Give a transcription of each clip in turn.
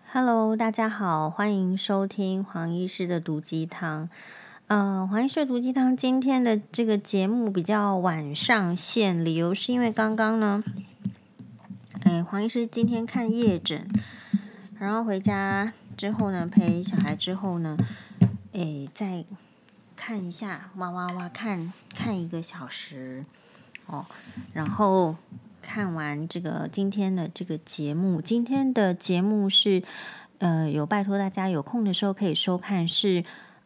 Hello，大家好，欢迎收听黄医师的毒鸡汤。黄医师的毒鸡汤今天的这个节目比较晚上线，理由是因为刚刚呢，黄医师今天看夜诊，然后回家之后呢，陪小孩之后呢，再看一下哇哇哇，看1个小时哦，然后看完这个今天的这个节目，今天的节目是有拜托大家有空的时候可以收看，是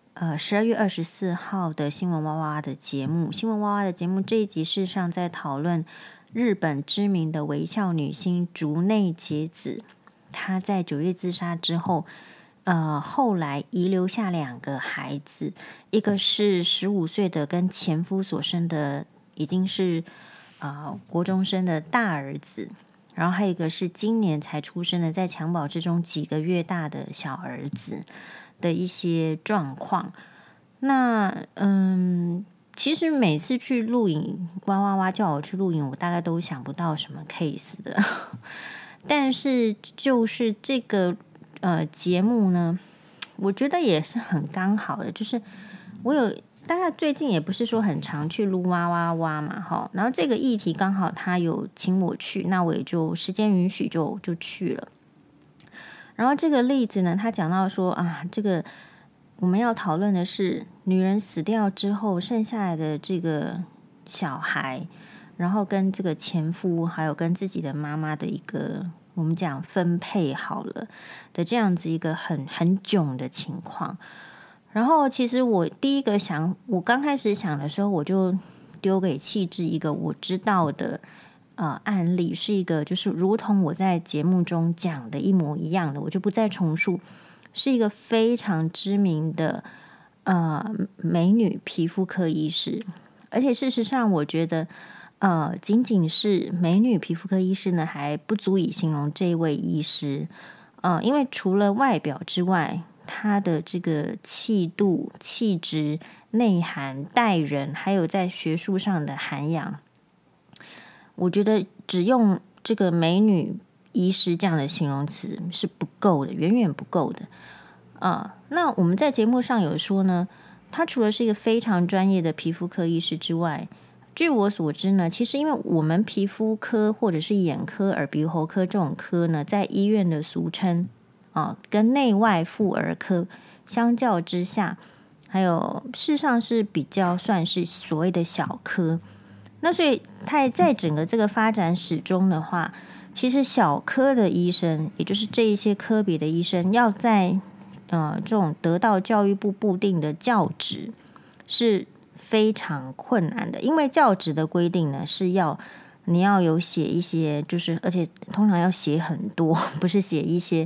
12月24号的新闻哇哇的节目。新闻哇哇的节目这一集事实上在讨论日本知名的微笑女星竹内结子，她在9月自杀之后，后来遗留下2个孩子，一个是15岁的跟前夫所生的，已经是国中生的大儿子，然后还有一个是今年才出生的，在襁褓之中几个月大的小儿子的一些状况。那其实每次去录影，哇哇哇叫我去录影，我大概都想不到什么 case 的。但是就是这个节目呢，我觉得也是很刚好的，就是我有大概最近也不是说很常去录哇哇哇嘛，哈，然后这个议题刚好他有请我去，那我也就时间允许就去了。然后这个例子呢，他讲到说这个我们要讨论的是女人死掉之后剩下来的这个小孩，然后跟这个前夫还有跟自己的妈妈的一个我们讲分配好了的这样子一个很囧的情况。然后其实我刚开始想的时候，我就丢给气质一个我知道的案例，是一个就是如同我在节目中讲的一模一样的，我就不再重述，是一个非常知名的美女皮肤科医师。而且事实上我觉得仅仅是美女皮肤科医师呢还不足以形容这位医师，因为除了外表之外，他的这个气度、气质、内涵、待人，还有在学术上的涵养，我觉得只用这个美女医师这样的形容词是不够的，远远不够的。那我们在节目上有说呢，他除了是一个非常专业的皮肤科医师之外，据我所知呢，其实因为我们皮肤科或者是眼科、耳鼻喉科这种科呢，在医院的俗称跟内外妇儿科相较之下，还有事实上是比较算是所谓的小科。那所以它在整个这个发展史中的话，其实小科的医生，也就是这一些科别的医生，要在这种得到教育部部定的教职是非常困难的，因为教职的规定呢是你要有写一些，就是而且通常要写很多，不是写一些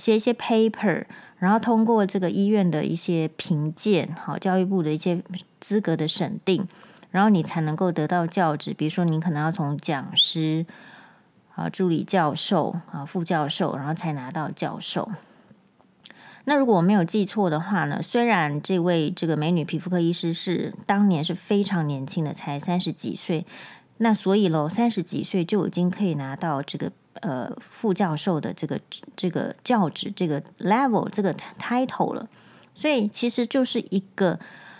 paper， 然后通过这个医院的一些评鉴，教育部的一些资格的审定，然后你才能够得到教职。比如说你可能要从讲师助理教授副教授，然后才拿到教授。那如果我没有记错的话呢，虽然这个美女皮肤科医师是当年是非常年轻的，才30几岁，那所以30几岁就已经可以拿到这个副教授的这个教职，这个 level 这个 title 了。所以其实就是一个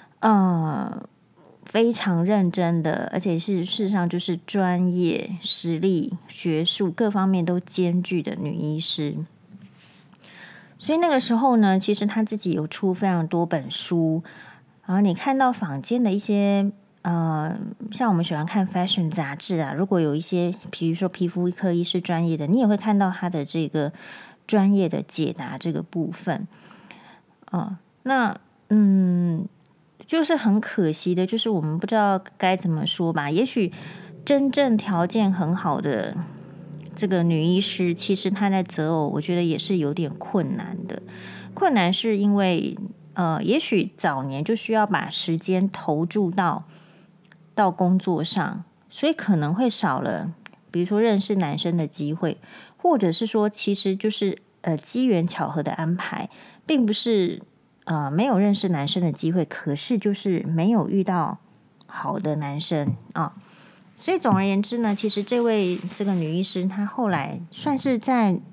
非常认真的，而且是事实上就是专业、实力、学术各方面都兼具的女医师。所以那个时候呢，其实她自己有出非常多本书，然后你看到坊间的一些像我们喜欢看 fashion 杂志啊，如果有一些比如说皮肤科医师专业的，你也会看到他的这个专业的解答这个部分。那就是很可惜的，就是我们不知道该怎么说吧。也许真正条件很好的这个女医师，其实她在择偶，我觉得也是有点困难的。困难是因为也许早年就需要把时间投注到工作上，所以可能会少了，比如说认识男生的机会，或者是说其实就是机缘巧合的安排，并不是没有认识男生的机会，可是就是没有遇到好的男生所以总而言之呢，其实这个女医师她后来算是在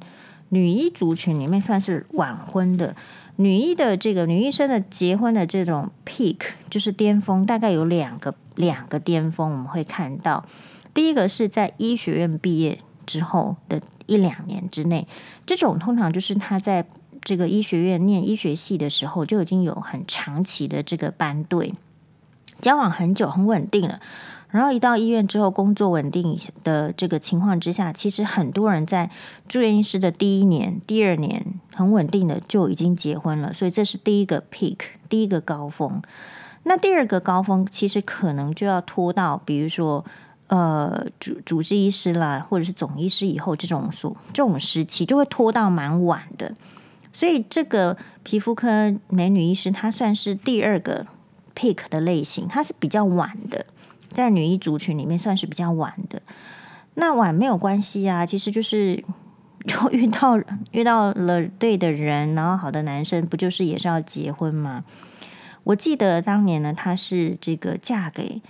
女医族群里面算是晚婚的。女医生的结婚的这种 peak 就是巅峰，大概有两个巅峰我们会看到。第一个是在医学院毕业之后的1-2年之内，这种通常就是他在这个医学院念医学系的时候就已经有很长期的这个班队，交往很久很稳定了，然后一到医院之后工作稳定的这个情况之下，其实很多人在住院医师的第1年第2年很稳定的就已经结婚了，所以这是第一个 peak 第一个高峰。那第二个高峰其实可能就要拖到比如说主治医师啦，或者是总医师以后这种时期就会拖到蛮晚的。所以这个皮肤科美女医师她算是第2个 peak 的类型，她是比较晚的，在女医族群里面算是比较晚的。那晚没有关系啊，其实就是遇到了对的人，然后好的男生，不就是也是要结婚吗？我记得当年呢，她是这个嫁给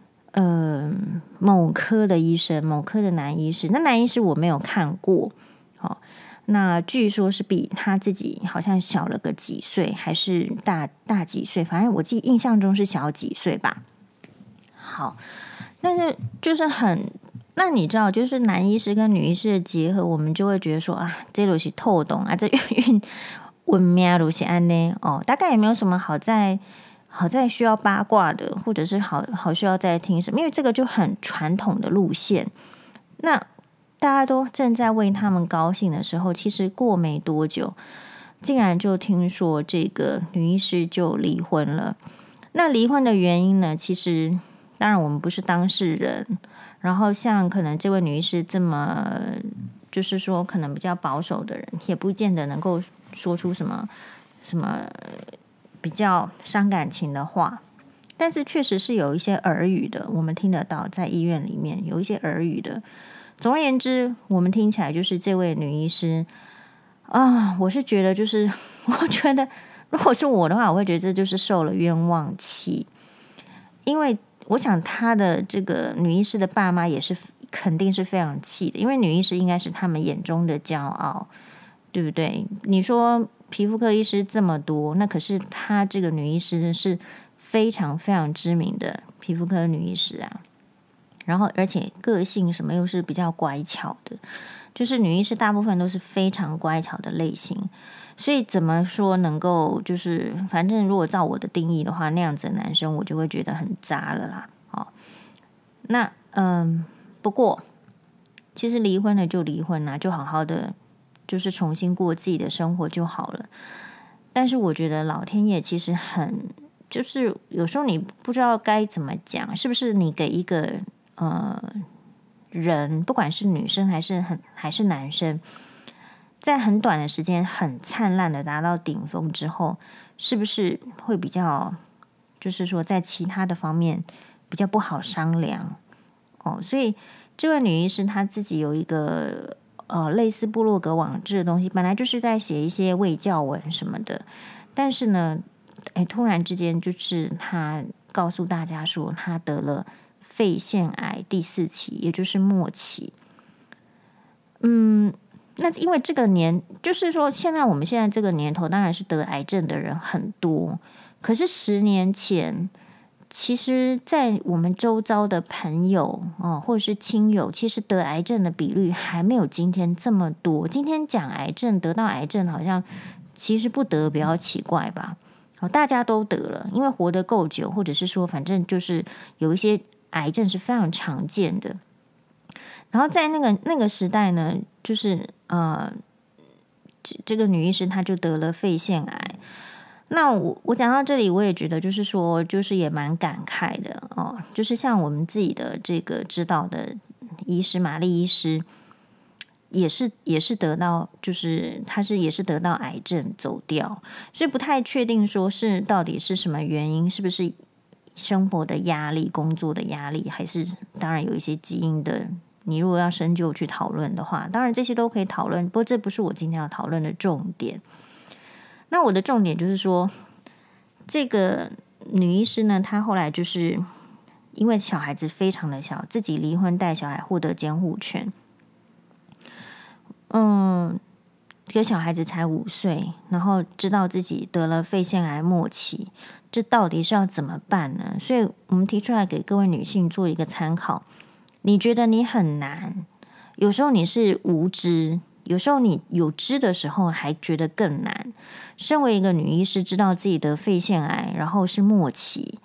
某科的医生，某科的男医师。那男医师我没有看过，那据说是比他自己好像小了个几岁，还是大几岁，反正我印象中是小几岁吧。好，但是就是那你知道，就是男医师跟女医师的结合，我们就会觉得说啊，这都是透懂啊，这文命都是安呢大概也没有什么好在需要八卦的，或者是好需要再听什么，因为这个就很传统的路线。那大家都正在为他们高兴的时候，其实过没多久，竟然就听说这个女医师就离婚了。那离婚的原因呢，其实当然我们不是当事人，然后像可能这位女医师这么就是说可能比较保守的人，也不见得能够说出什么比较伤感情的话，但是确实是有一些耳语的，我们听得到，在医院里面有一些耳语的。总而言之，我们听起来就是这位女医师啊，我是觉得就是我觉得如果是我的话，我会觉得这就是受了冤枉气，因为我想她的这个女医师的爸妈也是肯定是非常气的，因为女医师应该是他们眼中的骄傲，对不对？你说皮肤科医师这么多，那可是她这个女医师是非常非常知名的皮肤科女医师啊，然后而且个性什么又是比较乖巧的，就是女医师大部分都是非常乖巧的类型，所以怎么说能够就是反正如果照我的定义的话，那样子的男生我就会觉得很渣了啦。那不过其实离婚了就离婚啦，就好好的就是重新过自己的生活就好了。但是我觉得老天爷其实就是有时候你不知道该怎么讲，是不是你给一个人，不管是女生还是男生，在很短的时间很灿烂的达到顶峰之后，是不是会比较就是说在其他的方面比较不好商量所以这位女医师她自己有一个类似部落格网志的东西，本来就是在写一些卫教文什么的，但是呢突然之间就是她告诉大家说她得了肺腺癌第4期，也就是末期。那因为这个就是说我们现在这个年头当然是得癌症的人很多，可是10年前其实在我们周遭的朋友或者是亲友，其实得癌症的比率还没有今天这么多。今天讲癌症，得到癌症好像其实不得比较奇怪吧，大家都得了，因为活得够久，或者是说反正就是有一些癌症是非常常见的。然后在那个时代呢，就是这个女医师她就得了肺腺癌。那我讲到这里，我也觉得就是说，就是也蛮感慨的就是像我们自己的这个知道的医师玛丽医师，也是得到，就是他也是得到癌症走掉，所以不太确定说是到底是什么原因，是不是生活的压力、工作的压力，还是当然有一些基因的。你如果要深究去讨论的话，当然这些都可以讨论，不过这不是我今天要讨论的重点。那我的重点就是说，这个女医师呢，她后来就是因为小孩子非常的小，自己离婚带小孩获得监护权。 这个小孩子才5岁，然后知道自己得了肺腺癌末期，这到底是要怎么办呢？所以我们提出来给各位女性做一个参考。你觉得你很难，有时候你是无知，有时候你有知的时候还觉得更难。身为一个女医师，知道自己得肺腺癌，然后是末期，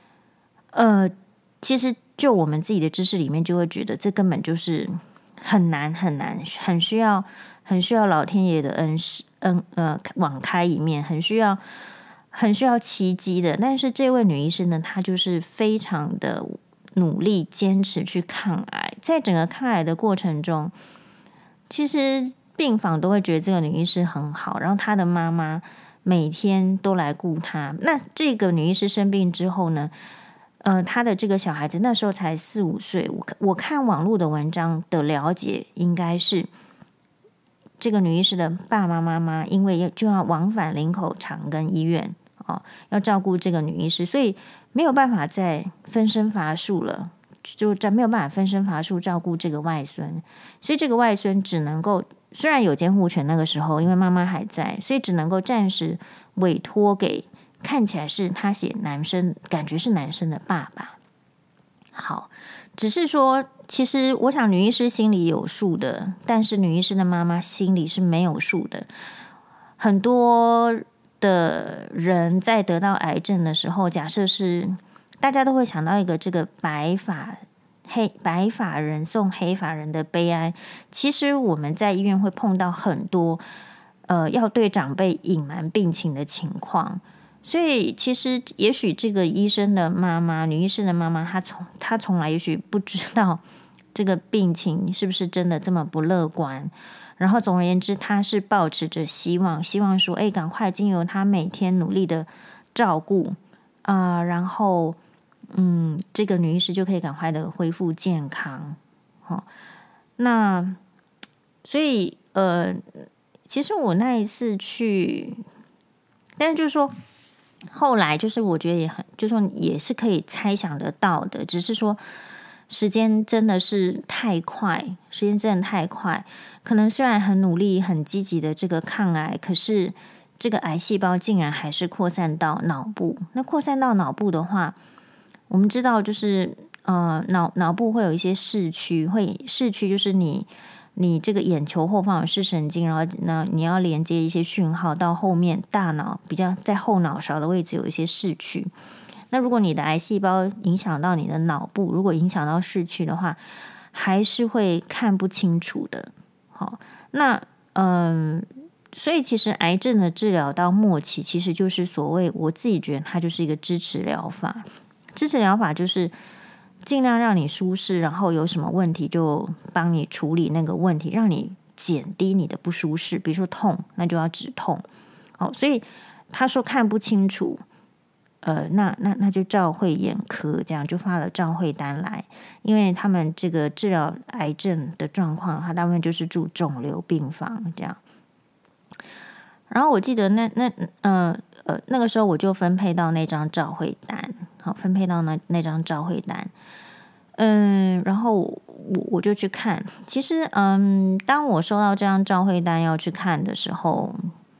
其实就我们自己的知识里面，就会觉得这根本就是很难很难，很需要老天爷的网开一面，很需要奇迹的。但是这位女医生呢，她就是非常的努力坚持去抗癌，在整个抗癌的过程中，其实病房都会觉得这个女医师很好，然后她的妈妈每天都来顾她。那这个女医师生病之后呢，她的这个小孩子那时候才4、5岁，我看网络的文章的了解，应该是这个女医师的爸爸妈妈因为就要往返林口长庚医院要照顾这个女医师，所以没有办法再分身乏术了，就没有办法分身乏术照顾这个外孙，所以这个外孙只能够，虽然有监护权，那个时候因为妈妈还在，所以只能够暂时委托给看起来是他写男生，感觉是男生的爸爸。好，只是说其实我想女医师心里有数的，但是女医师的妈妈心里是没有数的。很多的人在得到癌症的时候，假设是大家都会想到一个这个白发人送黑发人的悲哀。其实我们在医院会碰到很多要对长辈隐瞒病情的情况，所以其实也许这个医生的妈妈，女医生的妈妈，她从来也许不知道这个病情是不是真的这么不乐观。然后总而言之，她是抱持着希望说，赶快经由她每天努力的照顾然后这个女医师就可以赶快的恢复健康。那所以其实我那一次去，但是就是说后来就是我觉得也很，就是说也是可以猜想得到的，只是说时间真的是太快，可能虽然很努力很积极的这个抗癌，可是这个癌细胞竟然还是扩散到脑部。那扩散到脑部的话，我们知道就是脑部会有一些视区，就是你这个眼球后方有视神经，然后你要连接一些讯号到后面大脑比较在后脑勺的位置有一些视区。那如果你的癌细胞影响到你的脑部，如果影响到视区的话，还是会看不清楚的。好，那所以其实癌症的治疗到末期，其实就是所谓我自己觉得它就是一个支持疗法。支持疗法就是尽量让你舒适，然后有什么问题就帮你处理那个问题，让你减低你的不舒适。比如说痛，那就要止痛。好，所以他说看不清楚，那就照会眼科，这样就发了照会单来。因为他们这个治疗癌症的状况，他大部分就是住肿瘤病房这样。然后我记得那个时候我就分配到那张照会单，好，分配到那张照会单。然后我就去看。其实当我收到这张照会单要去看的时候，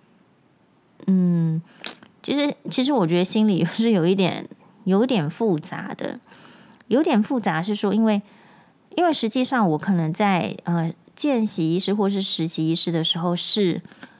其实我觉得心里是有一点复杂的。有点复杂是说，因为实际上我可能在见习医师或是实习医师的时候是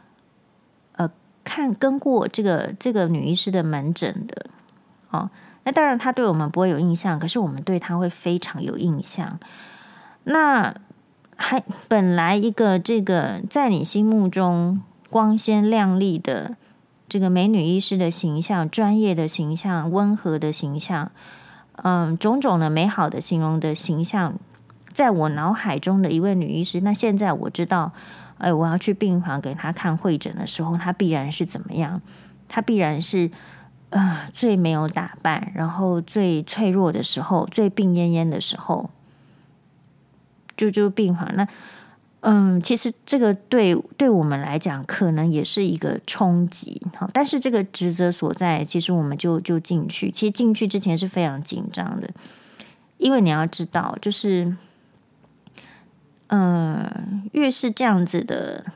跟过这个女医师的门诊的那当然她对我们不会有印象，可是我们对她会非常有印象。那本来一个这个在你心目中光鲜亮丽的这个美女医师的形象，专业的形象，温和的形象，种种的美好的形容的形象，在我脑海中的一位女医师，那现在我知道我要去病房给她看会诊的时候，她必然是怎么样？她必然是最没有打扮，然后最脆弱的时候，最病恹恹的时候，就病房。那其实这个对我们来讲，可能也是一个冲击。好，但是这个职责所在，其实我们就进去。其实进去之前是非常紧张的，因为你要知道，就是越是这样子的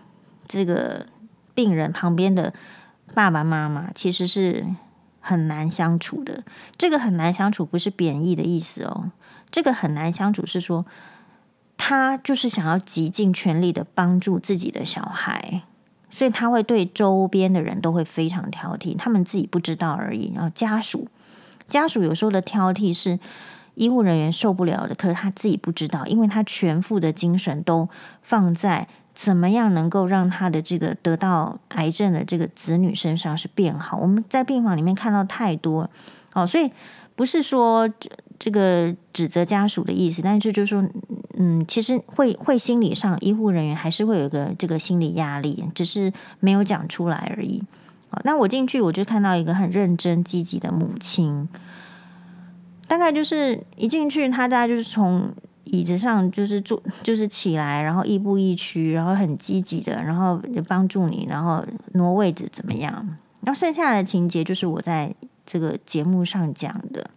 这个病人旁边的爸爸妈妈其实是很难相处的。这个很难相处不是贬义的意思哦，这个很难相处是说他就是想要极尽全力的帮助自己的小孩，所以他会对周边的人都会非常挑剔，他们自己不知道而已。然后家属有时候的挑剔是医护人员受不了的，可是他自己不知道，因为他全副的精神都放在怎么样能够让他的这个得到癌症的这个子女身上是变好。我们在病房里面看到太多所以不是说这个指责家属的意思，但是就是说其实会心理上医护人员还是会有一个这个心理压力，只是没有讲出来而已。那我进去我就看到一个很认真积极的母亲，大概就是一进去他大概就是从椅子上就是起来，然后亦步亦趋，然后很积极的，然后帮助你，然后挪位置怎么样。然后剩下的情节就是我在这个节目上讲的。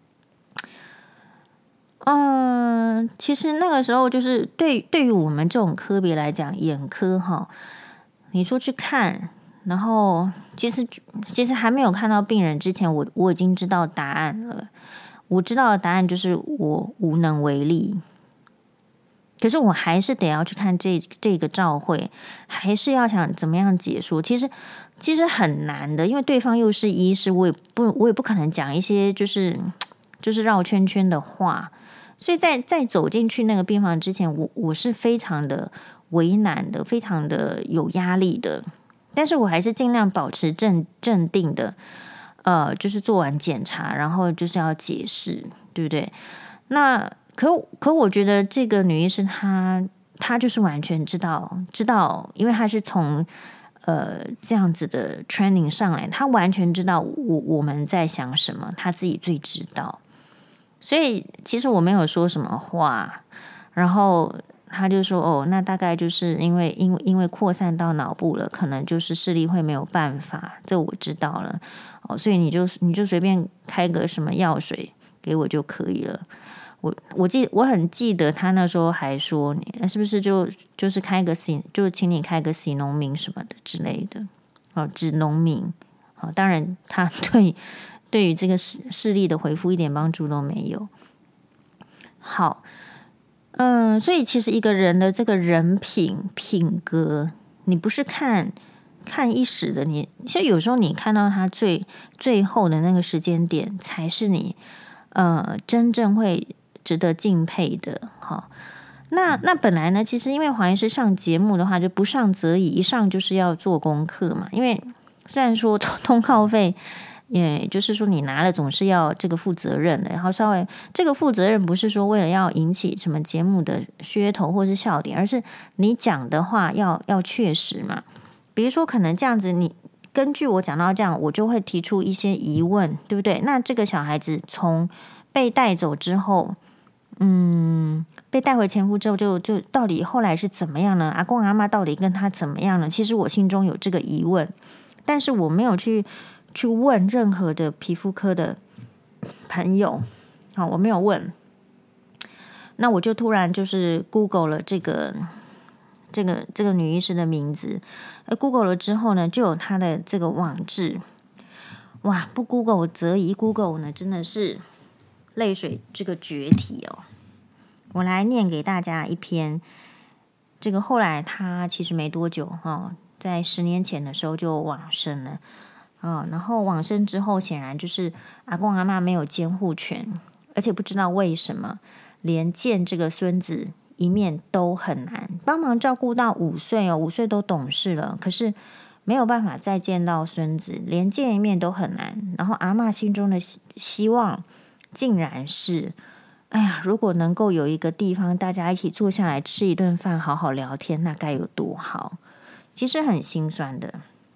其实那个时候就是对于我们这种科别来讲，眼科你说去看，然后其实还没有看到病人之前，我已经知道答案了。我知道的答案就是我无能为力，可是我还是得要去看这个照会，还是要想怎么样解说。其实很难的，因为对方又是医师，我也不可能讲一些就是绕圈圈的话。所以在走进去那个病房之前，我是非常的为难的，非常的有压力的。但是我还是尽量保持镇定的，就是做完检查，然后就是要解释，对不对？那可我觉得这个女医师她就是完全知道，因为她是从这样子的 training 上来，她完全知道我们在想什么，她自己最知道。所以其实我没有说什么话，然后他就说那大概就是因为扩散到脑部了，可能就是视力会没有办法，这我知道了所以你就随便开个什么药水给我就可以了。我很记得他那时候还说你是不是就是开个就请你开个洗农民什么的之类的指农民当然他对于这个视力的回复一点帮助都没有。好，所以其实一个人的这个人品格，你不是看一时的，你像有时候你看到他最后的那个时间点，才是你真正会值得敬佩的。那本来呢，其实因为黄医师上节目的话，就不上则已，一上就是要做功课嘛。因为虽然说通告费。也就是说，你拿了总是要这个负责任的，然后稍微这个负责任不是说为了要引起什么节目的噱头或是笑点，而是你讲的话要确实嘛。比如说，可能这样子，你根据我讲到这样，我就会提出一些疑问，对不对？那这个小孩子从被带走之后，被带回前夫之后，就到底后来是怎么样呢？阿公阿嬷到底跟他怎么样呢？其实我心中有这个疑问，但是我没有去问任何的皮肤科的朋友，我没有问。那我就突然就是 Google 了这个女医师的名字，Google 了之后呢，就有她的这个网志。哇，不 Google 则已，Google 呢真的是泪水这个决堤哦。我来念给大家一篇，这个后来她其实没多久在10年前的时候就往生了。然后往生之后，显然就是阿公阿嬷没有监护权，而且不知道为什么，连见这个孙子一面都很难。帮忙照顾到5岁5岁都懂事了，可是没有办法再见到孙子，连见一面都很难。然后阿嬷心中的希望，竟然是，哎呀，如果能够有一个地方，大家一起坐下来吃一顿饭，好好聊天，那该有多好。其实很心酸的。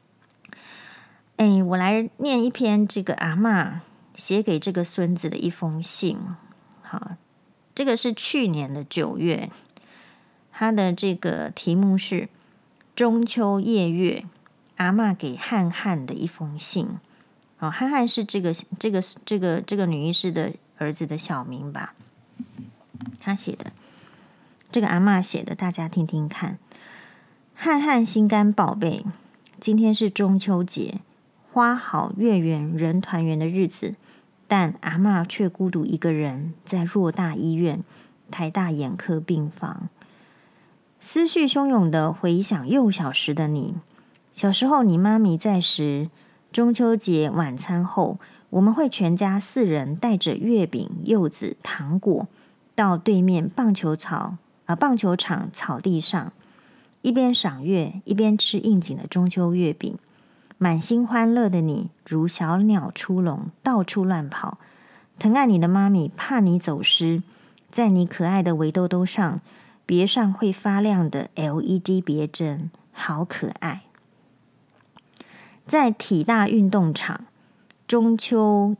我来念一篇这个阿嬷写给这个孙子的一封信。好，这个是去年的9月，他的这个题目是中秋夜月，阿嬷给汉汉的一封信。汉汉是这个女医师的儿子的小名吧？他写的，这个阿嬷写的，大家听听看。 汉汉心肝宝贝，今天是中秋节，花好月圆人团圆的日子，但阿嬷却孤独一个人在偌大医院台大眼科病房，思绪汹涌的回想幼小时的你。小时候你妈咪在时，中秋节晚餐后，我们会全家4人带着月饼、柚子、糖果到对面棒球场草地上，一边赏月一边吃应景的中秋月饼。满心欢乐的你如小鸟出笼，到处乱跑。疼爱你的妈咪怕你走失，在你可爱的围兜兜上别上会发亮的 LED 别针，好可爱。在体大运动场，中秋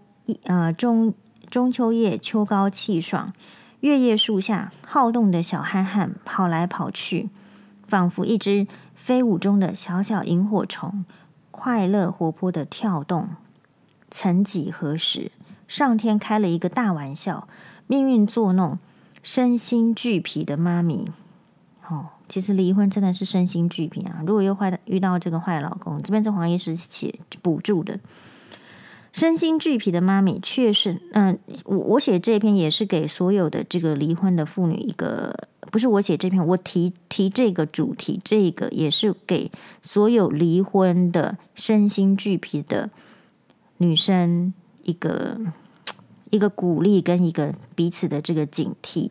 夜秋高气爽，月夜树下好动的小憨憨跑来跑去，仿佛一只飞舞中的小小萤火虫，快乐活泼的跳动。曾几何时，上天开了一个大玩笑，命运作弄身心俱疲的妈咪。其实离婚真的是身心俱疲啊！如果又遇到这个坏老公，这边是黄医师写补助的。身心俱疲的妈咪，确实，我写这篇也是给所有的这个离婚的妇女一个，不是我写这篇，我提这个主题，这个也是给所有离婚的身心俱疲的女生一个鼓励跟一个彼此的这个警惕。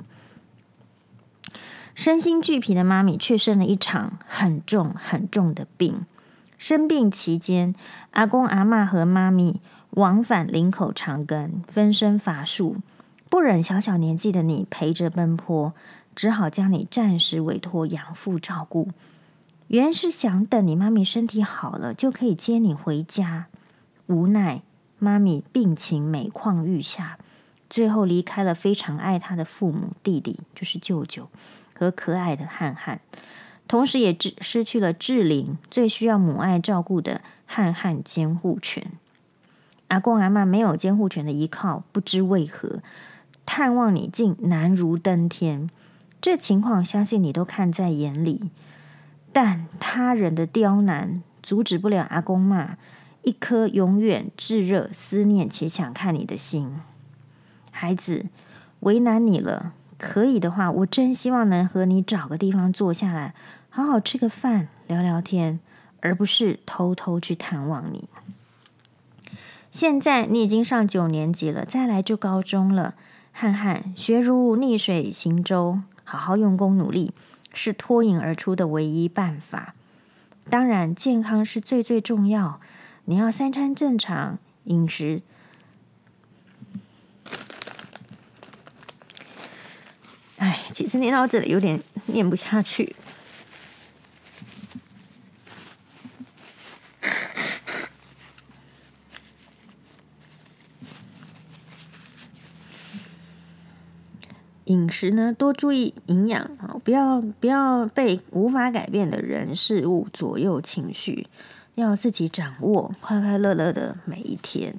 身心俱疲的妈咪却生了一场很重很重的病。生病期间，阿公阿嬷和妈咪往返林口长庚，分身乏术，不忍小小年纪的你陪着奔波，只好将你暂时委托养父照顾。原是想等你妈咪身体好了，就可以接你回家。无奈妈咪病情每况愈下，最后离开了非常爱她的父母、弟弟，就是舅舅和可爱的汉汉，同时也失去了志玲最需要母爱照顾的汉汉监护权。阿公阿嬷没有监护权的依靠，不知为何探望你竟难如登天。这情况相信你都看在眼里，但他人的刁难阻止不了阿公妈一颗永远炙热思念且想看你的心。孩子，为难你了，可以的话，我真希望能和你找个地方坐下来，好好吃个饭，聊聊天，而不是偷偷去探望你。现在你已经上9年级了，再来就高中了。汉汉，学如逆水行舟，好好用功努力，是脱颖而出的唯一办法。当然，健康是最重要，你要3餐正常，饮食其实念到这里有点念不下去。饮食呢，多注意营养，不要被无法改变的人事物左右情绪，要自己掌握，快快乐乐的每一天。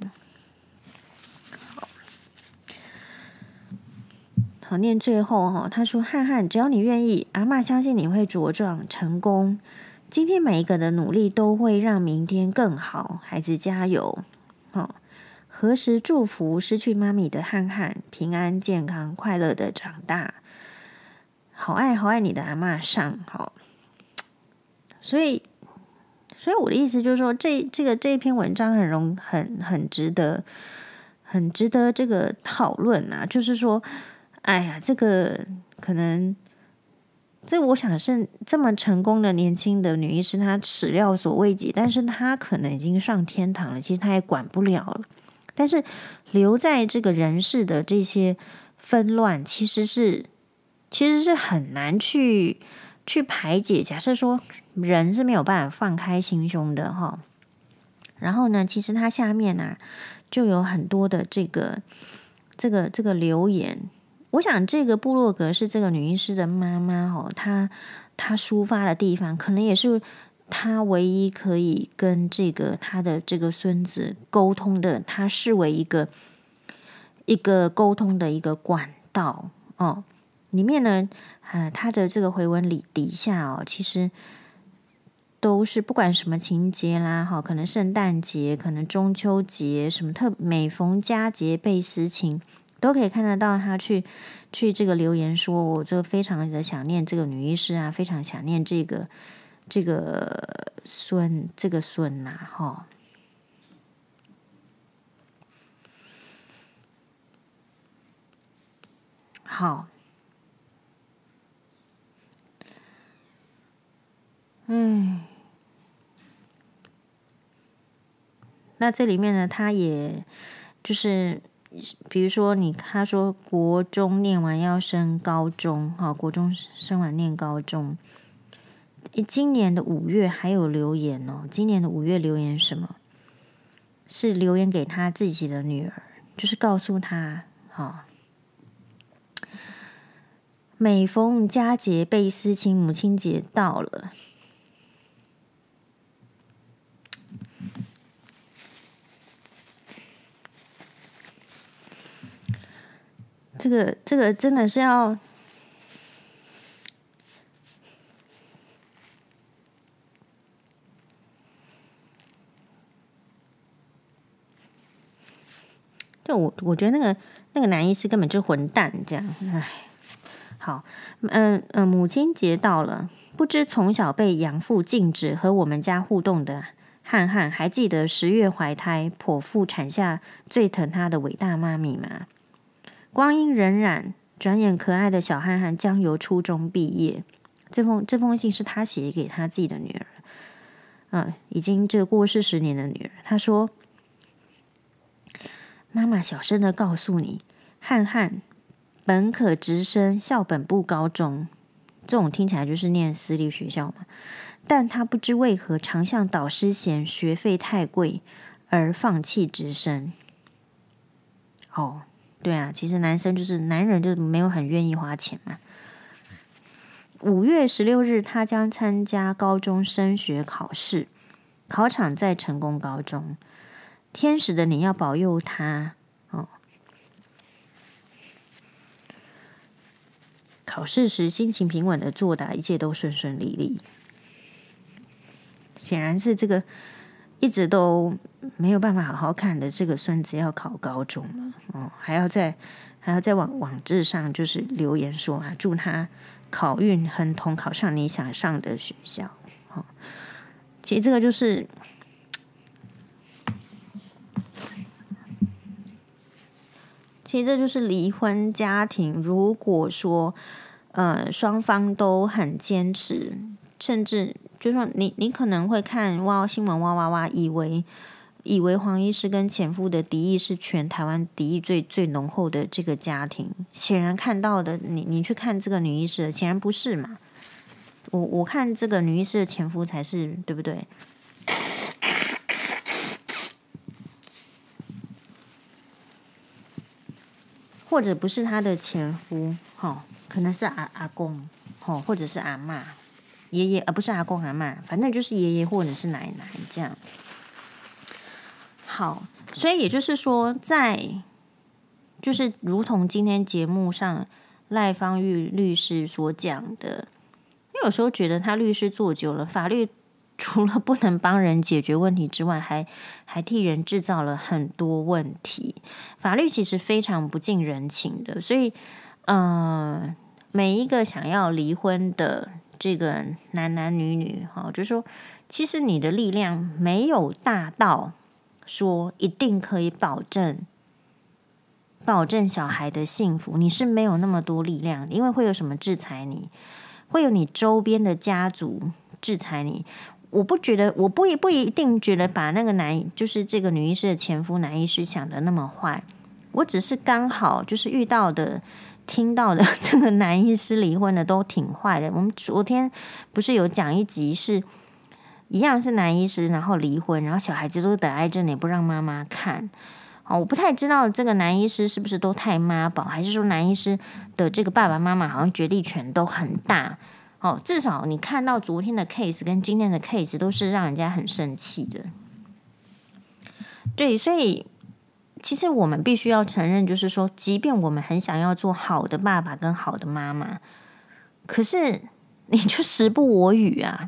好，念最后他说：汉汉，只要你愿意，阿嬷相信你会茁壮成功。今天每一个的努力都会让明天更好，孩子加油！何时祝福失去妈咪的汉汉平安健康快乐的长大，好爱你的阿嬷上。所以我的意思就是说，这一篇文章很值得这个讨论啊。就是说，这个可能，这我想是这么成功的年轻的女医师，她始料所未及，但是她可能已经上天堂了，其实她也管不了了。但是留在这个人世的这些纷乱，其实是很难去排解。假设说人是没有办法放开心胸的哈，然后呢，其实它下面呢就有很多的这个留言。我想这个部落格是这个女医师的妈妈她抒发的地方，可能也是他唯一可以跟他的这个孙子沟通的，他视为一个沟通的一个管道里面呢，他的这个回文底下其实都是不管什么情节啦，可能圣诞节，可能中秋节，什么每逢佳节倍思亲，都可以看得到他去这个留言说，我就非常的想念这个女医师啊，非常想念这个孙呐，好，那这里面呢，他也就是比如说他说国中念完要升高中，国中升完念高中。今年的5月还有留言哦，今年的5月留言什么？是留言给他自己的女儿，就是告诉他，每逢佳节倍思亲，母亲节到了。这个真的是要，就我觉得那个男医师根本就是混蛋，这样，唉，好，母亲节到了，不知从小被养父禁止和我们家互动的汉汉，还记得10月怀胎，剖腹产下最疼他的伟大妈咪吗？光阴荏苒，转眼可爱的小汉汉将由初中毕业。这封信是他写给他自己的女儿，已经过世10年的女儿。他说：“妈妈小声的告诉你，汉汉本可直升校本部高中，这种听起来就是念私立学校嘛。但他不知为何常向导师嫌学费太贵，而放弃直升。”对啊，其实男人就没有很愿意花钱嘛。5月16日，他将参加高中升学考试，考场在成功高中。天使的你要保佑他考试时心情平稳的作答，一切都顺顺利利。显然是这个一直都没有办法好好看的这个孙子要考高中了还要在网志上就是留言说祝他考运亨通，考上你想上的学校。其实这个就是离婚家庭，如果说双方都很坚持，甚至就说你可能会看新闻哇，以为黄医师跟前夫的敌意是全台湾敌意最浓厚的这个家庭，显然看到的你去看这个女医师的，显然不是嘛。我看这个女医师的前夫才是，对不对？或者不是他的前夫，可能是阿公，或者是阿嬷、爷爷，不是阿公阿嬷，反正就是爷爷或者是奶奶这样。好，所以也就是说，就是如同今天节目上赖芳玉律师所讲的，因为有时候觉得他律师做久了，法律除了不能帮人解决问题之外，还替人制造了很多问题。法律其实非常不近人情的，所以每一个想要离婚的这个男女，就是说，其实你的力量没有大到说一定可以保证小孩的幸福，你是没有那么多力量，因为会有什么制裁你，会有你周边的家族制裁你。我不一定觉得把那个就是这个女医师的前夫男医师想的那么坏，我只是刚好就是遇到的听到的这个男医师离婚的都挺坏的。我们昨天不是有讲一集是一样是男医师，然后离婚，然后小孩子都得癌症也不让妈妈看。我不太知道这个男医师是不是都太妈宝，还是说男医师的这个爸爸妈妈好像决定权都很大。至少你看到昨天的 case 跟今天的 case 都是让人家很生气的。对，所以其实我们必须要承认，就是说，即便我们很想要做好的爸爸跟好的妈妈，可是你就时不我与啊。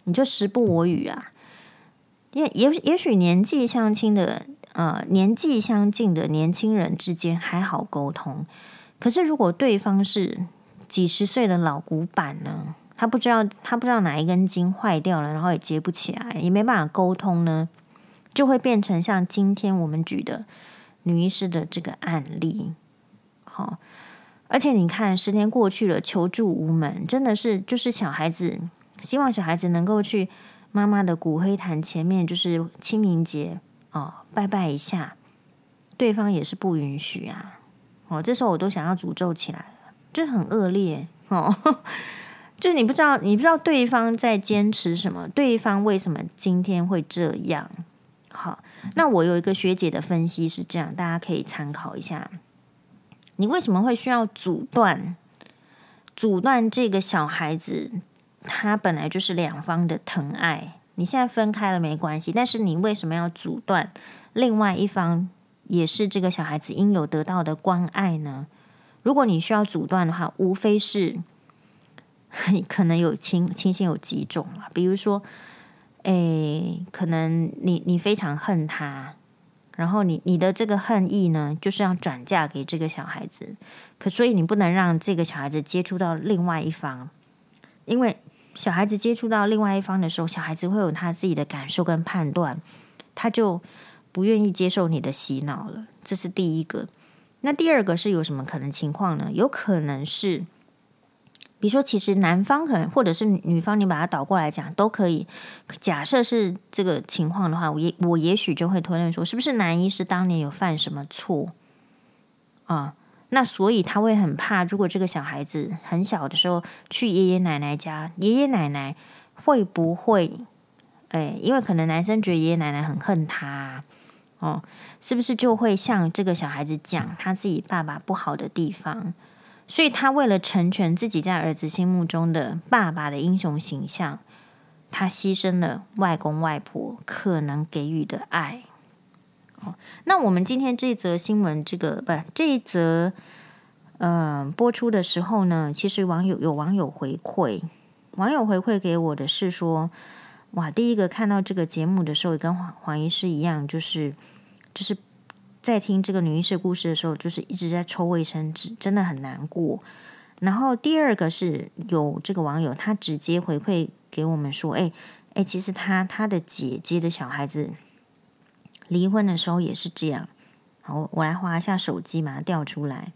你就时不我与啊。也许年纪相近的年轻人之间还好沟通，可是如果对方是几十岁的老古板呢？他不知道哪一根筋坏掉了，然后也接不起来，也没办法沟通呢，就会变成像今天我们举的女医师的这个案例。好，而且你看10年过去了，求助无门，真的是就是小孩子，希望小孩子能够去妈妈的骨灰坛前面，就是清明节拜拜一下，对方也是不允许啊。这时候我都想要诅咒起来了，就很恶劣就你不知道对方在坚持什么，对方为什么今天会这样。好，那我有一个学姐的分析是这样，大家可以参考一下。你为什么会需要阻断这个小孩子？他本来就是两方的疼爱，你现在分开了没关系，但是你为什么要阻断另外一方也是这个小孩子应有得到的关爱呢？如果你需要阻断的话，无非是可能有亲情有几种嘛，比如说，可能你非常恨他，然后你的这个恨意呢，就是要转嫁给这个小孩子，所以你不能让这个小孩子接触到另外一方，因为小孩子接触到另外一方的时候，小孩子会有他自己的感受跟判断，他就不愿意接受你的洗脑了，这是第一个。那第二个是有什么可能情况呢？有可能是比如说其实男方可能或者是女方，你把它倒过来讲都可以。假设是这个情况的话，我也许就会推论说，是不是男医师当年有犯什么错啊？那所以他会很怕，如果这个小孩子很小的时候去爷爷奶奶家，爷爷奶奶会不会因为可能男生觉得爷爷奶奶很恨他是不是就会向这个小孩子讲他自己爸爸不好的地方？所以他为了成全自己在儿子心目中的爸爸的英雄形象，他牺牲了外公外婆可能给予的爱。那我们今天这一则新闻，这一则播出的时候呢，其实有网友回馈给我的是说，哇，第一个看到这个节目的时候，也跟黄医师一样，就是在听这个女医师故事的时候，就是一直在抽卫生纸，真的很难过。然后第二个是有这个网友他直接回馈给我们说，其实他的姐姐的小孩子离婚的时候也是这样。好，我来划一下手机，把它调出来。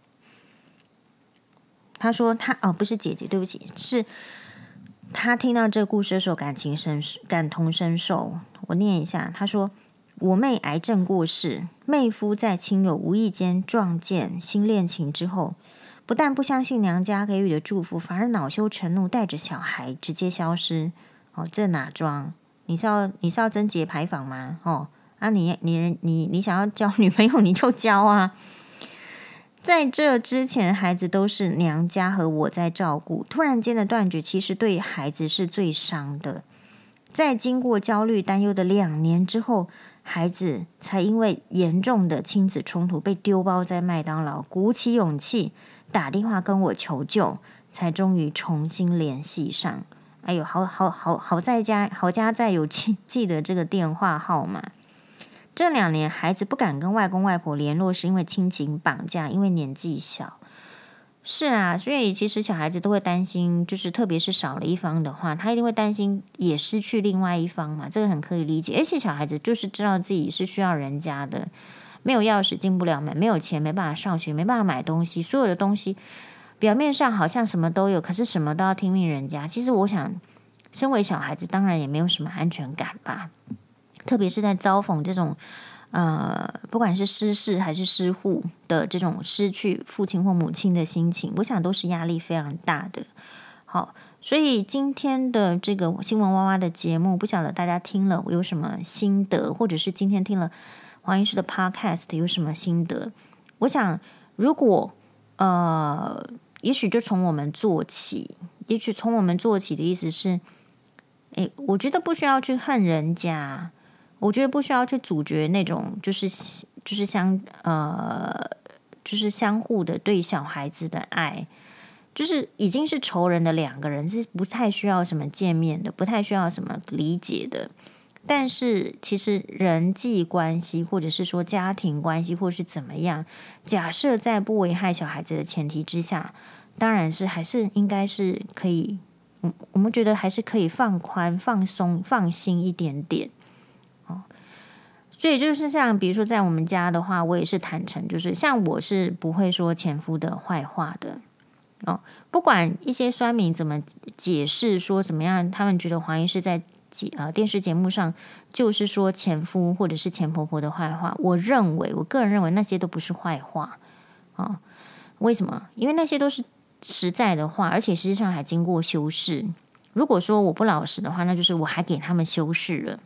他说不是姐姐，对不起，是他听到这个故事的时候感同身受。我念一下，他说，我妹癌症过世，妹夫在亲友无意间撞见新恋情之后，不但不相信娘家给予的祝福，反而恼羞成怒，带着小孩直接消失。这哪装？你是要贞节牌坊吗？你想要交女朋友你就交啊！在这之前，孩子都是娘家和我在照顾，突然间的断绝，其实对孩子是最伤的。在经过焦虑担忧的2年之后，孩子才因为严重的亲子冲突被丢包在麦当劳，鼓起勇气打电话跟我求救，才终于重新联系上。哎呦，好家在有记得这个电话号码。这2年孩子不敢跟外公外婆联络，是因为亲情绑架，因为年纪小。是啊，所以其实小孩子都会担心，就是特别是少了一方的话，他一定会担心也失去另外一方嘛，这个很可以理解。而且小孩子就是知道自己是需要人家的，没有钥匙进不了门，没有钱没办法上学，没办法买东西，所有的东西表面上好像什么都有，可是什么都要听命人家。其实我想，身为小孩子当然也没有什么安全感吧，特别是在遭逢这种不管是失事还是失户的这种失去父亲或母亲的心情，我想都是压力非常大的。好，所以今天的这个新闻娃娃的节目，不晓得大家听了有什么心得，或者是今天听了黄医师的 podcast 有什么心得？我想，如果也许就从我们做起，也许从我们做起的意思是，我觉得不需要去恨人家。我觉得不需要去阻绝那种就是相互的对小孩子的爱， 就是已经是仇人的两个人，是不太需要什么见面的，不太需要什么理解的。但是其实人际关系，或者是说家庭关系，或是怎么样，假设在不危害小孩子的前提之下，当然是还是应该是可以，我们觉得还是可以放宽、放松、放心一点点。所以就是像比如说在我们家的话，我也是坦诚，就是像我是不会说前夫的坏话的。不管一些酸民怎么解释说怎么样，他们觉得黄医师在电视节目上就是说前夫或者是前婆婆的坏话，我个人认为那些都不是坏话为什么？因为那些都是实在的话，而且实际上还经过修饰。如果说我不老实的话，那就是我还给他们修饰了。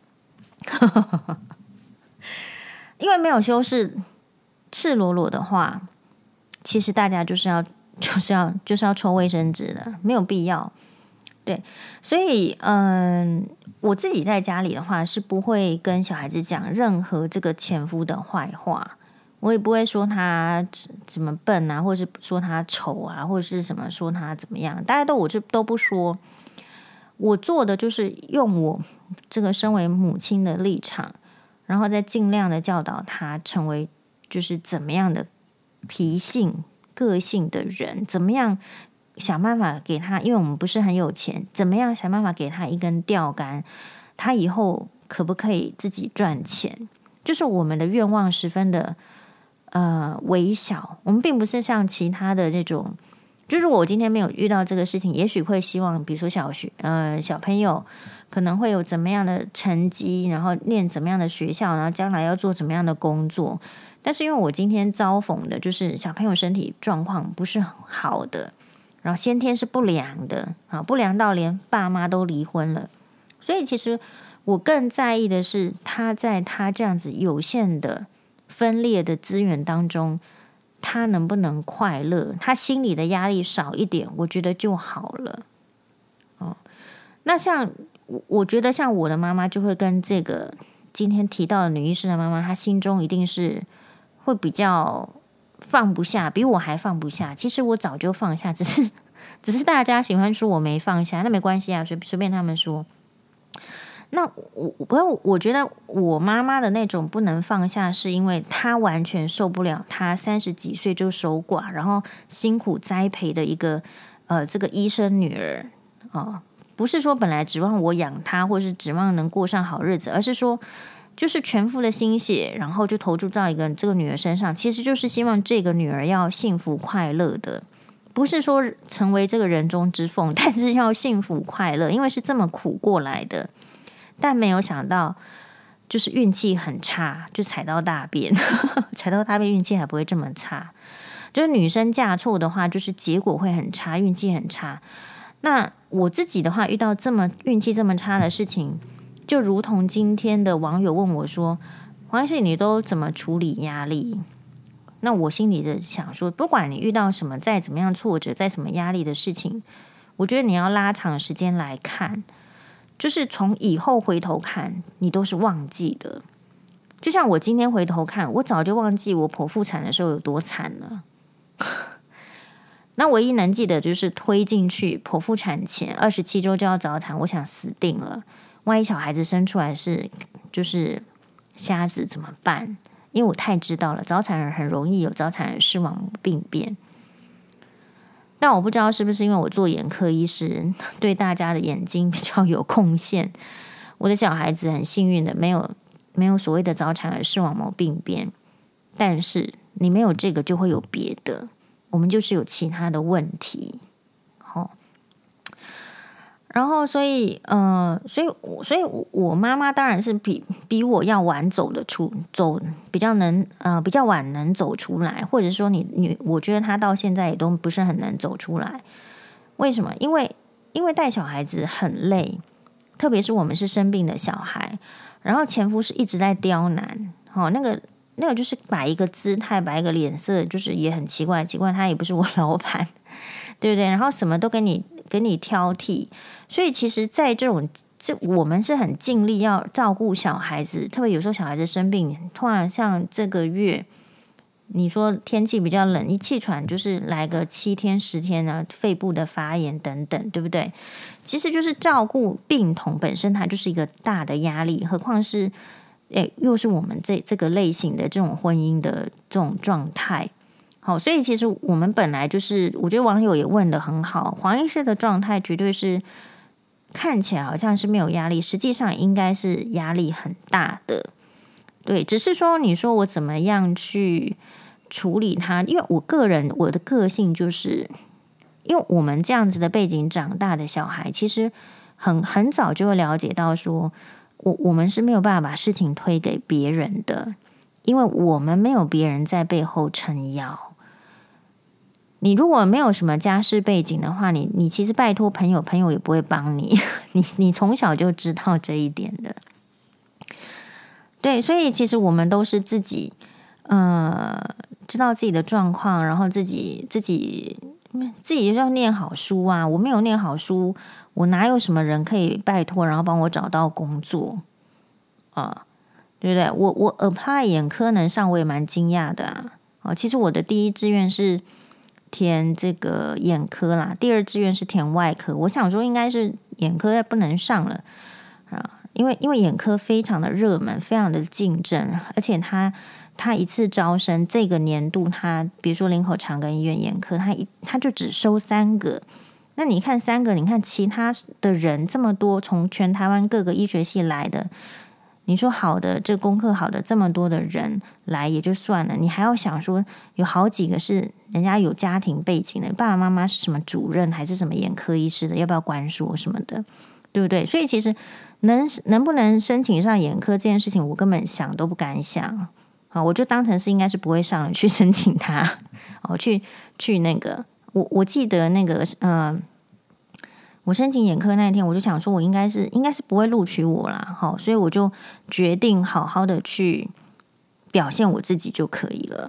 因为没有修饰，赤裸裸的话，其实大家就是要抽卫生纸的，没有必要。对，所以我自己在家里的话是不会跟小孩子讲任何这个前夫的坏话，我也不会说他怎么笨啊，或者是说他丑啊，或者是什么说他怎么样，大家我都不说。我做的就是用我这个身为母亲的立场，然后再尽量的教导他成为就是怎么样的脾性、个性的人，怎么样想办法给他，因为我们不是很有钱，怎么样想办法给他一根钓竿，他以后可不可以自己赚钱？就是我们的愿望十分的微小，我们并不是像其他的这种。就是我今天没有遇到这个事情，也许会希望，比如说小朋友可能会有怎么样的成绩，然后念怎么样的学校，然后将来要做怎么样的工作。但是因为我今天遭逢的就是小朋友身体状况不是很好的，然后先天是不良的不良到连爸妈都离婚了，所以其实我更在意的是他在他这样子有限的分裂的资源当中，他能不能快乐，他心里的压力少一点，我觉得就好了。那像我觉得像我的妈妈就会跟这个今天提到的女医师的妈妈，她心中一定是会比较放不下，比我还放不下。其实我早就放下，只是大家喜欢说我没放下，那没关系啊，随便他们说。那我觉得我妈妈的那种不能放下，是因为她完全受不了她30几岁就守寡，然后辛苦栽培的一个这个医生女儿不是说本来指望我养她，或是指望能过上好日子，而是说就是全副的心血，然后就投注到这个女儿身上，其实就是希望这个女儿要幸福快乐的，不是说成为这个人中之凤，但是要幸福快乐，因为是这么苦过来的。但没有想到就是运气很差，就踩到大便踩到大便运气还不会这么差，就是女生嫁错的话就是结果会很差，运气很差。那我自己的话遇到运气这么差的事情，就如同今天的网友问我说，黄医师你都怎么处理压力？那我心里的想说，不管你遇到什么再怎么样挫折，再什么压力的事情，我觉得你要拉长时间来看，就是从以后回头看，你都是忘记的。就像我今天回头看，我早就忘记我剖腹产的时候有多惨了。那唯一能记得就是推进去剖腹产前27周就要早产，我想死定了。万一小孩子生出来就是瞎子怎么办？因为我太知道了，早产儿很容易有早产儿视网膜病变。但我不知道是不是因为我做眼科医师，对大家的眼睛比较有贡献。我的小孩子很幸运的没有所谓的早产儿视网膜病变，但是你没有这个就会有别的，我们就是有其他的问题。然后所以我妈妈当然是比我要晚比较晚能走出来，或者说我觉得她到现在也都不是很能走出来。为什么？因为带小孩子很累，特别是我们是生病的小孩，然后前夫是一直在刁难，那个就是摆一个姿态，摆一个脸色，就是也很奇怪，他也不是我老板，对不对？然后什么都给你挑剔，所以其实在我们是很尽力要照顾小孩子，特别有时候小孩子生病，突然像这个月你说天气比较冷，一气喘就是来个7天10天呢，肺部的发炎等等，对不对？其实就是照顾病童本身，它就是一个大的压力，何况是又是我们这个类型的这种婚姻的这种状态。好，所以其实我们本来就是，我觉得网友也问得很好，黄医师的状态绝对是看起来好像是没有压力，实际上应该是压力很大的。对，只是说你说我怎么样去处理它，因为我的个性就是，因为我们这样子的背景长大的小孩，其实很早就会了解到说，我们是没有办法把事情推给别人的，因为我们没有别人在背后撑腰。你如果没有什么家世背景的话，你其实拜托朋友，朋友也不会帮你。你从小就知道这一点的。对，所以其实我们都是自己，知道自己的状况，然后自己要念好书啊。我没有念好书，我哪有什么人可以拜托，然后帮我找到工作啊？对不对？我 apply 眼科能上，我也蛮惊讶的啊。其实我的第一志愿是填这个眼科啦，第二志愿是填外科。我想说应该是眼科不能上了啊。因为眼科非常的热门，非常的竞争，而且他一次招生这个年度，他比如说林口长庚医院眼科，他就只收3个。那你看3个，你看其他的人这么多，从全台湾各个医学系来的，你说好的这功课好的这么多的人来也就算了，你还要想说有好几个是人家有家庭背景的，爸爸妈妈是什么主任还是什么眼科医师的，要不要关说什么的，对不对？所以其实能不能申请上眼科这件事情，我根本想都不敢想啊！我就当成是应该是不会上的去申请它哦，去那个我记得那个我申请眼科那一天，我就想说我应该是不会录取我啦，好，所以我就决定好好的去表现我自己就可以了。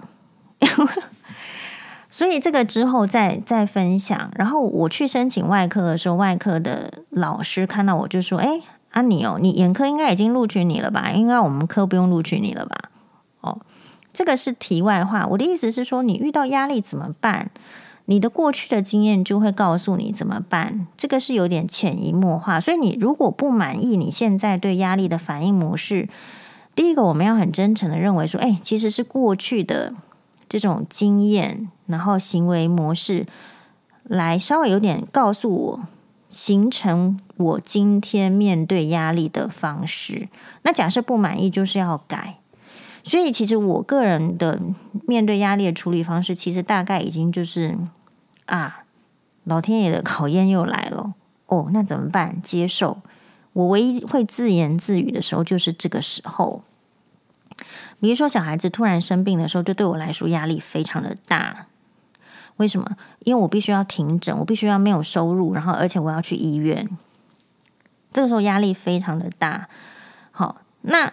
所以这个之后再分享。然后我去申请外科的时候，外科的老师看到我就说：“你眼科应该已经录取你了吧？应该我们科不用录取你了吧？”哦，这个是题外话。我的意思是说，你遇到压力怎么办？你的过去的经验就会告诉你怎么办。这个是有点潜移默化。所以你如果不满意你现在对压力的反应模式，第一个我们要很真诚的认为说，其实是过去的这种经验，然后行为模式来稍微有点告诉我，形成我今天面对压力的方式。那假设不满意，就是要改。所以其实我个人的面对压力的处理方式，其实大概已经就是老天爷的考验又来了哦，那怎么办？接受。我唯一会自言自语的时候，就是这个时候。比如说小孩子突然生病的时候，就对我来说压力非常的大。为什么？因为我必须要停诊，我必须要没有收入，然后而且我要去医院，这个时候压力非常的大。好，那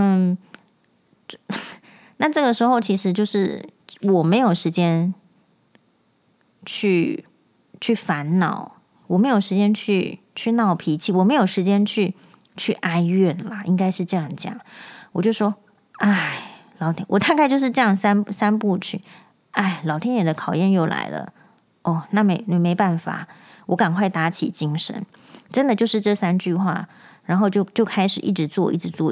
这个时候其实就是我没有时间去烦恼，我没有时间去闹脾气，我没有时间去哀怨啦，应该是这样讲。我就说，老天，我大概就是这样三部曲。老天爷的考验又来了哦，那没办法，我赶快打起精神，真的就是这3句话，然后就开始一直做，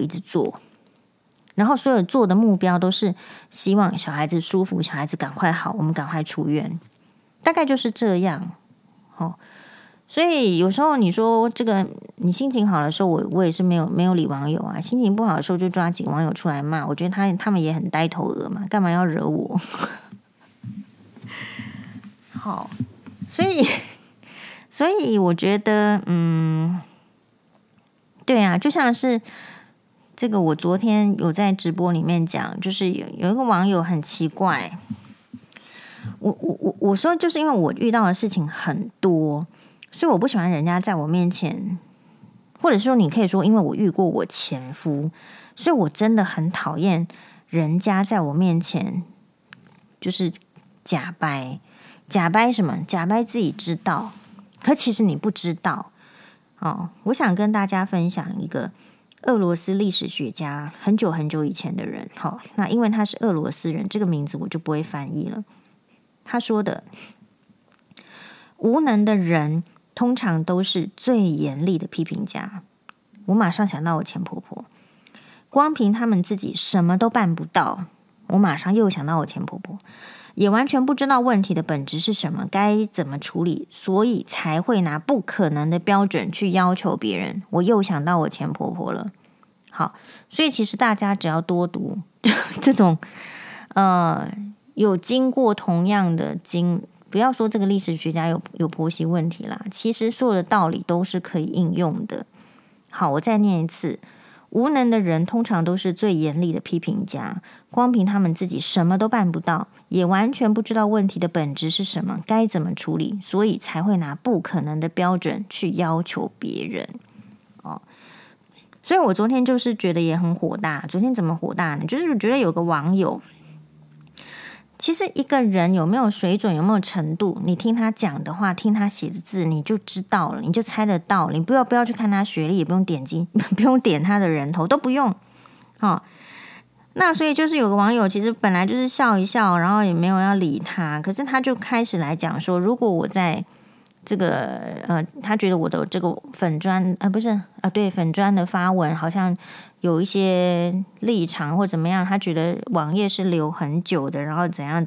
然后所有做的目标都是希望小孩子舒服，小孩子赶快好，我们赶快出院，大概就是这样。所以有时候你说这个，你心情好的时候，我也是没有理网友啊。心情不好的时候，就抓几个网友出来骂。我觉得他们也很呆头鹅嘛，干嘛要惹我？好，所以我觉得，对啊，就像是这个，我昨天有在直播里面讲，就是有一个网友很奇怪，我说就是因为我遇到的事情很多。所以我不喜欢人家在我面前，或者说你可以说，因为我遇过我前夫，所以我真的很讨厌人家在我面前就是假掰什么？假掰自己知道，可其实你不知道哦。我想跟大家分享一个俄罗斯历史学家，很久很久以前的人。好，那因为他是俄罗斯人，这个名字我就不会翻译了。他说的，无能的人通常都是最严厉的批评家。我马上想到我前婆婆，光凭他们自己什么都办不到，我马上又想到我前婆婆，也完全不知道问题的本质是什么，该怎么处理，所以才会拿不可能的标准去要求别人。我又想到我前婆婆了。好，所以其实大家只要多读这种有经过同样的不要说这个历史学家有婆媳问题啦，其实所有的道理都是可以应用的。好，我再念一次，无能的人通常都是最严厉的批评家，光凭他们自己什么都办不到，也完全不知道问题的本质是什么，该怎么处理，所以才会拿不可能的标准去要求别人。所以我昨天就是觉得也很火大。昨天怎么火大呢？就是觉得有个网友，其实一个人有没有水准，有没有程度，你听他讲的话，听他写的字，你就知道了，你就猜得到了。你不要去看他学历，也不用不用点他的人头，都不用。那所以就是有个网友，其实本来就是笑一笑，然后也没有要理他，可是他就开始来讲说，如果我在这个他觉得我的这个粉专对粉专的发文好像有一些立场或怎么样，他觉得网页是留很久的，然后怎样。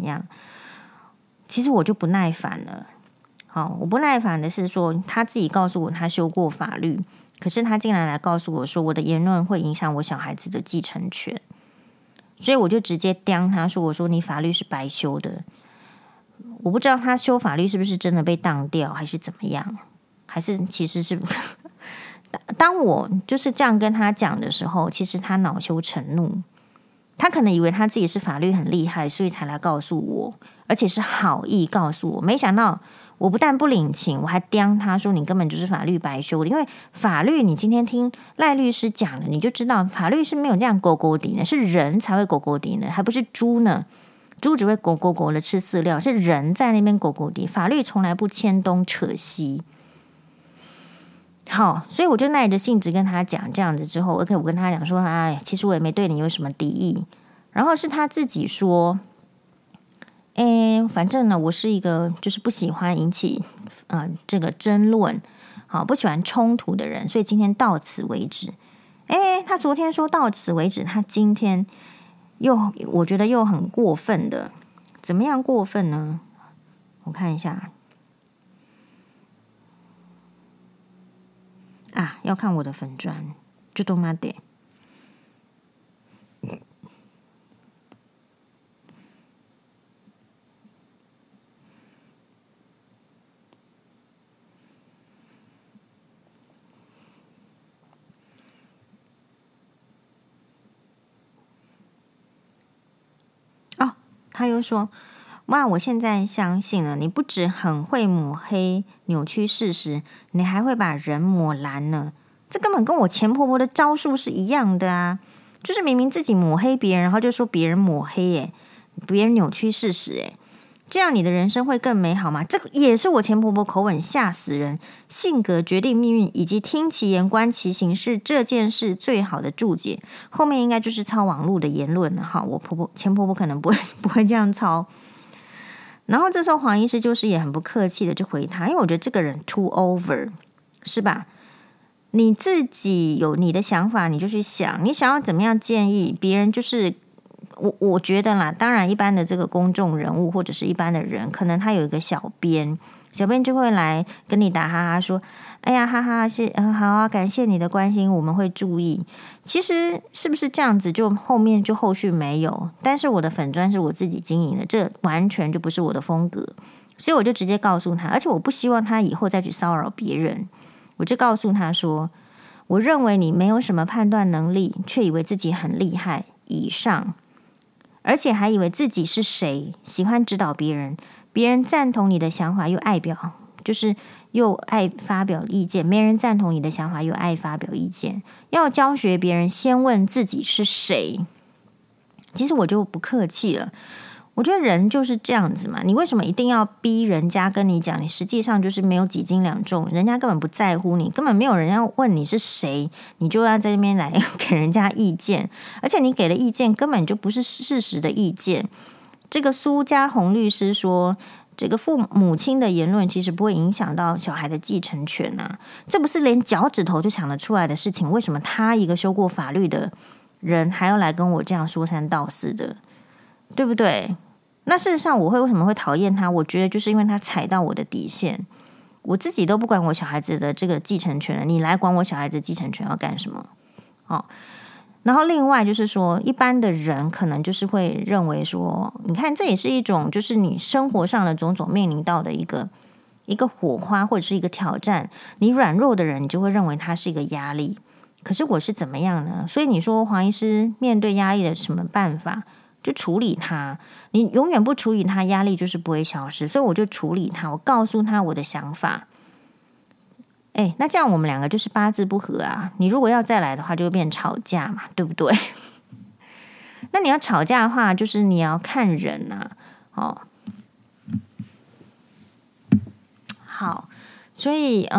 其实我就不耐烦了。好，我不耐烦的是说，他自己告诉我他修过法律，可是他竟然来告诉我说我的言论会影响我小孩子的继承权，所以我就直接刁他说，我说你法律是白修的。我不知道他修法律是不是真的被当掉，还是怎么样，还是其实是当我就是这样跟他讲的时候，其实他恼羞成怒，他可能以为他自己是法律很厉害，所以才来告诉我，而且是好意告诉我。没想到我不但不领情，我还刁他说你根本就是法律白修的。因为法律你今天听赖律师讲了，你就知道法律是没有这样狗狗底的，是人才会狗狗底的，还不是猪呢。猪只会狗狗狗的吃饲料，是人在那边狗狗地。法律从来不牵东扯西。好，所以我就耐着性子跟他讲这样子之后，OK， 我跟他讲说，哎，其实我也没对你有什么敌意。然后是他自己说，反正呢，我是一个就是不喜欢引起这个争论，好，不喜欢冲突的人，所以今天到此为止。他昨天说到此为止，他今天我觉得又很过分的。怎么样过分呢？我看一下要看我的粉专，就都妈的。他又说，哇，我现在相信了，你不只很会抹黑扭曲事实，你还会把人抹蓝呢。这根本跟我前婆婆的招数是一样的啊，就是明明自己抹黑别人，然后就说别人抹黑别人扭曲事实这样你的人生会更美好吗？这个也是我前婆婆口吻吓死人，性格决定命运，以及听其言观其行是这件事最好的注解。后面应该就是抄网络的言论了哈，我前婆婆可能不会这样抄。然后这时候黄医师就是也很不客气的就回他，因为我觉得这个人 too over， 是吧？你自己有你的想法，你就去想，你想要怎么样建议别人，就是我觉得啦，当然一般的这个公众人物或者是一般的人，可能他有一个小编就会来跟你打哈哈说，哎呀哈哈好啊，感谢你的关心，我们会注意。其实是不是这样子，就后面就后续没有，但是我的粉专是我自己经营的，这完全就不是我的风格，所以我就直接告诉他，而且我不希望他以后再去骚扰别人，我就告诉他说，我认为你没有什么判断能力，却以为自己很厉害以上，而且还以为自己是谁，喜欢指导别人，别人赞同你的想法又爱发表意见，没人赞同你的想法又爱发表意见，要教学别人先问自己是谁。其实我就不客气了， 我觉得人就是这样子嘛，你为什么一定要逼人家跟你讲？你实际上就是没有几斤两重，人家根本不在乎你，根本没有人要问你是谁，你就要在那边来给人家意见，而且你给的意见根本就不是事实的意见。这个苏家红律师说，这个父母亲的言论其实不会影响到小孩的继承权啊，这不是连脚趾头就想得出来的事情，为什么他一个修过法律的人还要来跟我这样说三道四的，对不对？那事实上我为什么会讨厌他？我觉得就是因为他踩到我的底线，我自己都不管我小孩子的这个继承权了，你来管我小孩子继承权要干什么？然后另外就是说，一般的人可能就是会认为说，你看这也是一种就是你生活上的种种面临到的一个火花或者是一个挑战，你软弱的人你就会认为它是一个压力。可是我是怎么样呢？所以你说黄医师面对压力的什么办法？就处理它，你永远不处理它，压力就是不会消失。所以我就处理它，我告诉他我的想法。那这样我们两个就是八字不合啊。你如果要再来的话，就会变吵架嘛，对不对？那你要吵架的话，就是你要看人啊。好，所以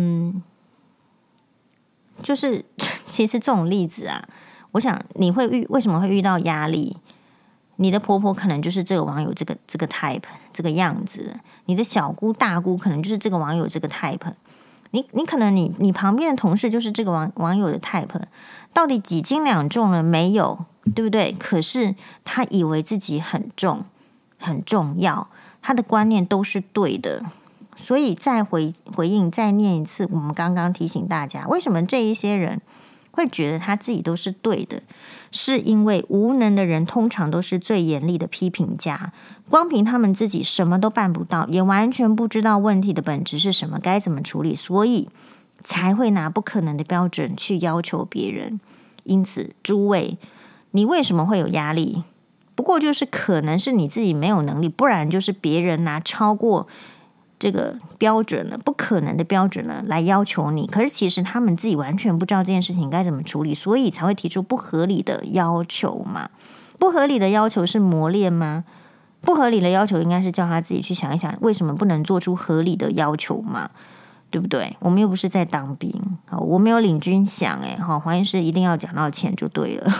就是其实这种例子啊，我想你为什么会遇到压力？你的婆婆可能就是这个网友这个 type 这个样子，你的小姑大姑可能就是这个网友这个 type， 你可能你旁边的同事就是这个网友的 type， 到底几斤两重了没有，对不对？可是他以为自己很重很重要，他的观念都是对的，所以再回应再念一次，我们刚刚提醒大家，为什么这一些人会觉得他自己都是对的，是因为无能的人通常都是最严厉的批评家，光凭他们自己什么都办不到，也完全不知道问题的本质是什么，该怎么处理，所以才会拿不可能的标准去要求别人。因此诸位，你为什么会有压力？不过就是可能是你自己没有能力，不然就是别人拿超过这个标准了，不可能的标准了来要求你，可是其实他们自己完全不知道这件事情该怎么处理，所以才会提出不合理的要求嘛。不合理的要求是磨练吗？不合理的要求应该是叫他自己去想一想，为什么不能做出合理的要求嘛，对不对？我们又不是在当兵，我没有领军饷黄医师一定要讲到钱就对了。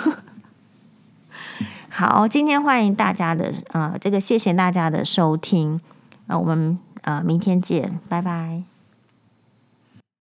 好，今天欢迎大家的谢谢大家的收听，我们明天见，拜拜。